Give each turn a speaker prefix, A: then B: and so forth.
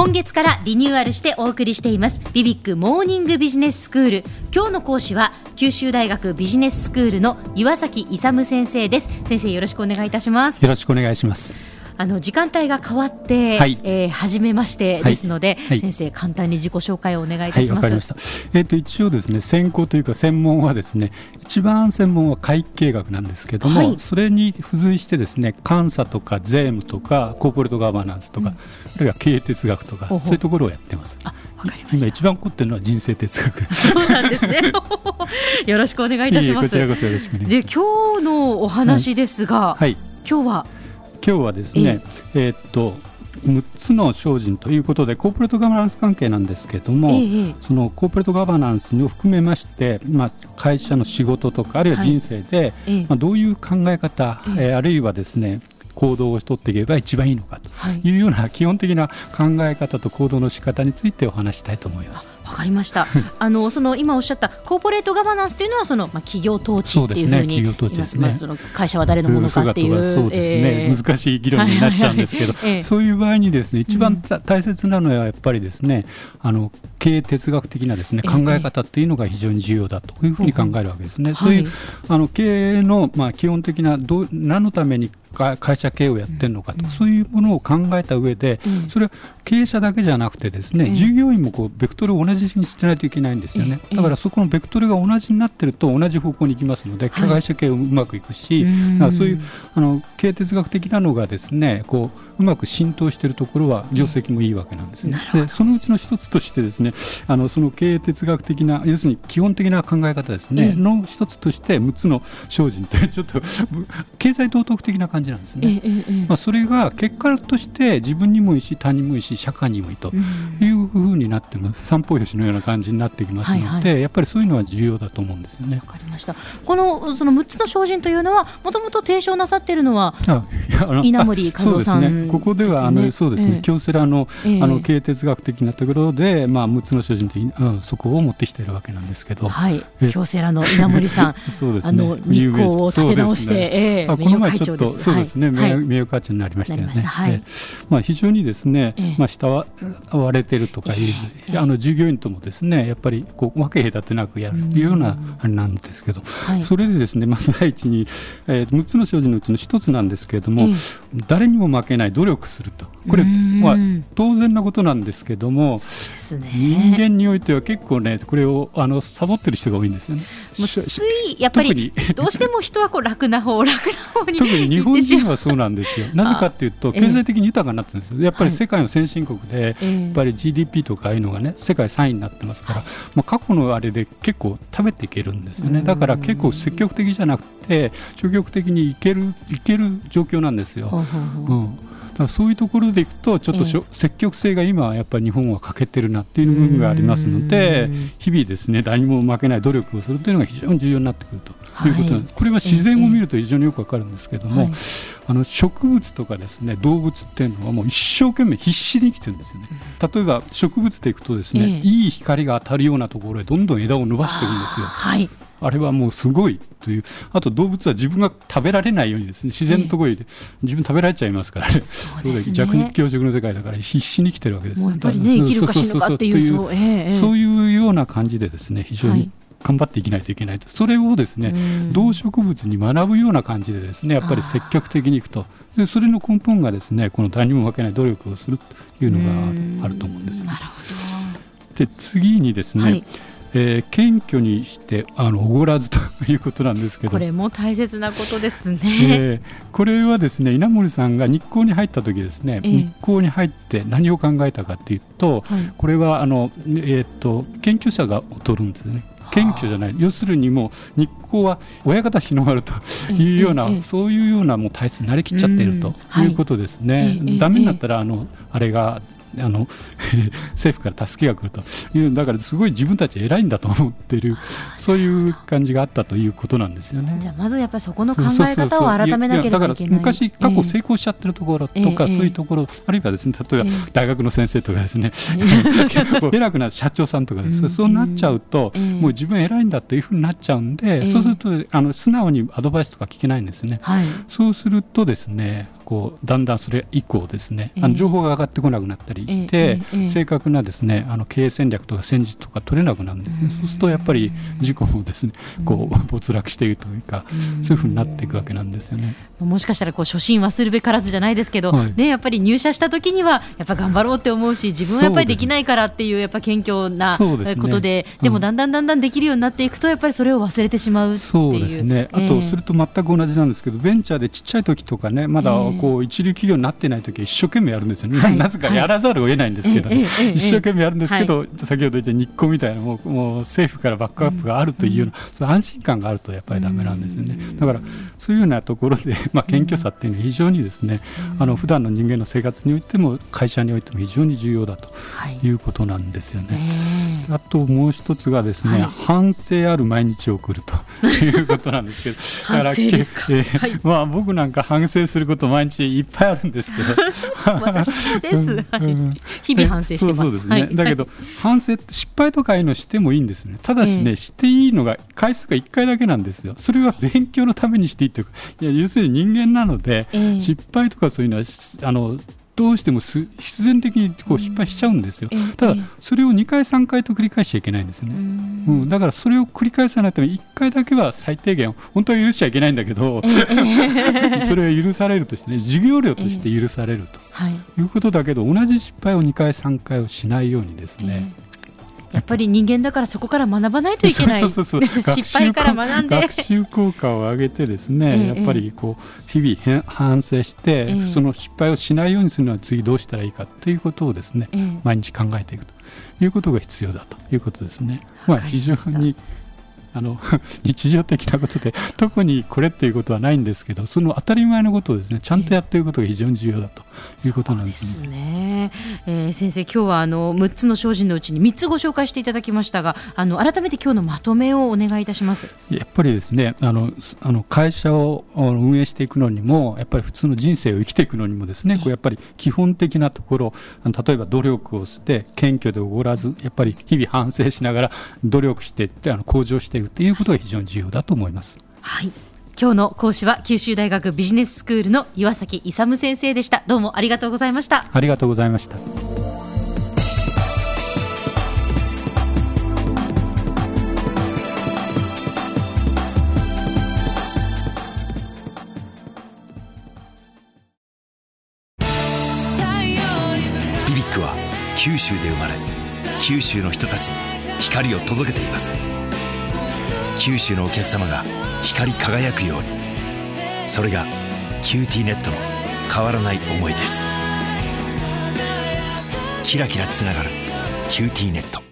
A: 今月からリニューアルしてお送りしていますビビックモーニングビジネススクール。今日の講師は九州大学ビジネススクールの岩崎勇先生です。先生、よろしくお願いいたします。
B: よろしくお願いします。
A: 時間帯が変わって、
B: はい
A: 初めましてですので、
B: はい、
A: 先生簡単に自己紹介をお願いいたします。
B: わかりました。一応ですね、専攻というか専門はですね、一番専門は会計学なんですけども、それに付随してですね、監査とか税務とかコーポレートガバナンスとか、あるいは経営哲学とか、そういうところをやってます。今一番凝ってるのは人生哲学です。
A: そうなんですねよろしくお願いいたします。
B: こちらこそよろしくお願いします。
A: で、今日のお話ですが、今日はですね、6つの精進ということでコーポレートガバナンス関係なんですけれども、そのコーポレートガバナンスを含めまして、会社の仕事とかあるいは人生で、どういう考え方、あるいはですね行動を取っていけば一番いいのかというような基本的な考え方と行動の仕方についてお話したいと思います。 わかりましたその今おっしゃったコーポレートガバナンスというのはその、企業統治っていうふうに言いますね。その会社は誰のものかっていう、
B: そうですね、難しい議論になっちゃうんですけど、そういう場合にですね、一番大切なのはやっぱりですね、経営哲学的なですね、考え方っていうのが非常に重要だというふうに考えるわけですね。そういう経営の基本的な何のために会社経営をやってるのかと、そういうものを考えた上で、それは経営者だけじゃなくてですね、従業員もベクトルを同じにしてないといけないんですよね。だからそこのベクトルが同じになってると同じ方向に行きますので、会社経営うまくいくし、そういう経営哲学的なのがですね、うまく浸透しているところは業績もいいわけなんですね。でそのうちの一つとしてですね、その経営哲学的な要するに基本的な考え方ですね、の一つとして6つの精進というちょっと経済道徳的な感じなんですね。それが結果として自分にもいいし他人にもいいし社会にもいいというふうになってます。三方よしのような感じになってきますので、やっぱりそういうのは重要だと思うんですよね。
A: わかりました。その6つの精進というのはもともと提唱なさっているのは稲森和夫さんですね。
B: ここではそうですね、京セラの経営哲学的なところで、6つの精進というそこを持ってきているわけなんですけど、
A: 京セラの稲森さん
B: そうですね、
A: 日光を立て直して名誉会長です。
B: そうですね、名誉会長になりましたよね。非常にですね、慕われているとかいう従業員ともですね、やっぱり分け隔てなくやるというようなあれなんですけど、それでですね、まず第一に6つの精進のうちの一つなんですけれども、誰にも負けない努力すると。これ当然なことなんですけども、人間においては結構ね、これをサボってる人が多いんですよね。
A: もうついやっぱりどうしても人は楽な方に
B: 特に日本人はそうなんですよ。なぜかというと経済的に豊かになってるんですよ。やっぱり世界の先進国でやっぱり GDP とかああいうのがね、世界3位になってますから、過去のあれで結構食べていけるんですよね。だから結構積極的じゃなくて消極的にいける状況なんですよ。だからそういうところでいくとちょっと積極性が今はやっぱり日本は欠けてるなっていう部分がありますので、日々ですね、誰にも負けない努力をするというのが非常に重要になってくるということなんです。これは自然を見ると非常によくわかるんですけども、植物とかですね、動物っていうのはもう一生懸命必死に生きてるんですよね。例えば植物でいくとですね、いい光が当たるようなところへどんどん枝を伸ばしていくんですよ。あれはもうすごいという。あと動物は自分が食べられないようにですね、自然のところに自分食べられちゃいますからね。弱肉強食の世界だから必死に生きてるわけです。
A: もうやっぱりね、生きるか死ぬかっていう
B: そういうような感じでですね、非常に頑張っていかないといけないと。それをですね、動植物に学ぶような感じでですね、やっぱり積極的にいくと。でそれの根本がですね、この誰にも負けない努力をするというのがあると思うんです。
A: なるほど。
B: で次にですね、謙虚にしておごらずということなんですけど、
A: これも大切なことですね。
B: これはですね、稲森さんが日光に入った時ですね、日光に入って何を考えたかというと、これは謙虚さが劣るんですね。謙虚じゃない、要するにもう日光は親方日の丸というような、そういうようなもう体質になりきっちゃっているということですね。ダメになったらあれが政府から助けが来るという、だからすごい自分たち偉いんだと思っている、そういう感じがあったということなんですよね。
A: じゃあまずやっぱりそこの考え方を改めなければいけない。
B: だから昔過去成功しちゃってるところとか、そういうところ、あるいはですね、例えば大学の先生とかですね、結構偉くな社長さんとかです、そうなっちゃうと、もう自分偉いんだというふうになっちゃうんで、そうすると素直にアドバイスとか聞けないんですね。そうするとですね、
A: こうだんだんそれ以降ですね、情報が上がってこなくなったりして、正確なですね経営戦略とか戦術とか取れなくなるんで、そうするとやっぱり事故もですねこう没落しているというか、そういうふうになっていくわけなんですよね。
B: もしかしたらこう初心忘るべからずじゃないですけど、やっぱり入社した時にはやっぱ頑張ろうって思うし、自分はやっぱりできないからっていうやっぱ謙虚なことで、でもだんだんできるようになっていくとやっぱりそれを忘れてしまうっていう。
A: そうですね。あとそれと全く同じなんですけど、ベンチャーでちっちゃい時とかね、まだこう一流企業になってない時は一生懸命やるんですよね。なぜかやらざるを得ないんですけど、一生懸命やるんですけど、先ほど言った日光みたいなもう政府からバックアップがあるというような、その安心感があるとやっぱりダメなんですよね。だからそういうようなところで、謙虚さっていうのは非常にですね、普段の人間の生活においても会社においても非常に重要だということなんですよね。あともう一つがですね、反省ある毎日を送るということなんですけど、
B: 反省ですか。
A: 僕なんか反省すること毎日いっぱいあるんですけど
B: 私もです、日々反省してます。
A: そうですね。だけど反省って失敗とかいうのしてもいいんですね。ただしね、していいのが回数が1回だけなんですよ。それは勉強のためにしていいというか、要するに人間なので、失敗とかそういうのはどうしても必然的にこう失敗しちゃうんですよ。ただそれを2回3回と繰り返しちゃいけないんですよね。だからそれを繰り返さないために1回だけは最低限本当は許しちゃいけないんだけど、それを許されるとしてね、授業料として許されるということだけど、同じ失敗を2回3回をしないようにですね、
B: やっぱり人間だからそこから学ばないといけない。失敗から学んで
A: 学習効果を上げてですね、やっぱりこう日々反省して、その失敗をしないようにするのは次どうしたらいいかということをですね、毎日考えていくということが必要だということですね。非常に日常的なことで特にこれっていうことはないんですけど、その当たり前のことをですねちゃんとやっていくことが非常に重要だということなんですね。
B: そうですね。先生、今日は6つの精進のうちに3つご紹介していただきましたが、改めて今日のまとめをお願いいたします。
A: やっぱりですね、会社を運営していくのにも、やっぱり普通の人生を生きていくのにもですね、こうやっぱり基本的なところ、例えば努力をして謙虚でおごらず、やっぱり日々反省しながら努力して向上していくということが非常に重要だと思います。
B: 今日の講師は九州大学ビジネススクールの岩崎勇先生でした。どうもありがとうございました。
A: ありがとうございました。
C: ビビックは九州で生まれ、九州の人たちに光を届けています。九州のお客様が光り輝くように、それがキューティーネットの変わらない思いです。キラキラつながるキューティーネット。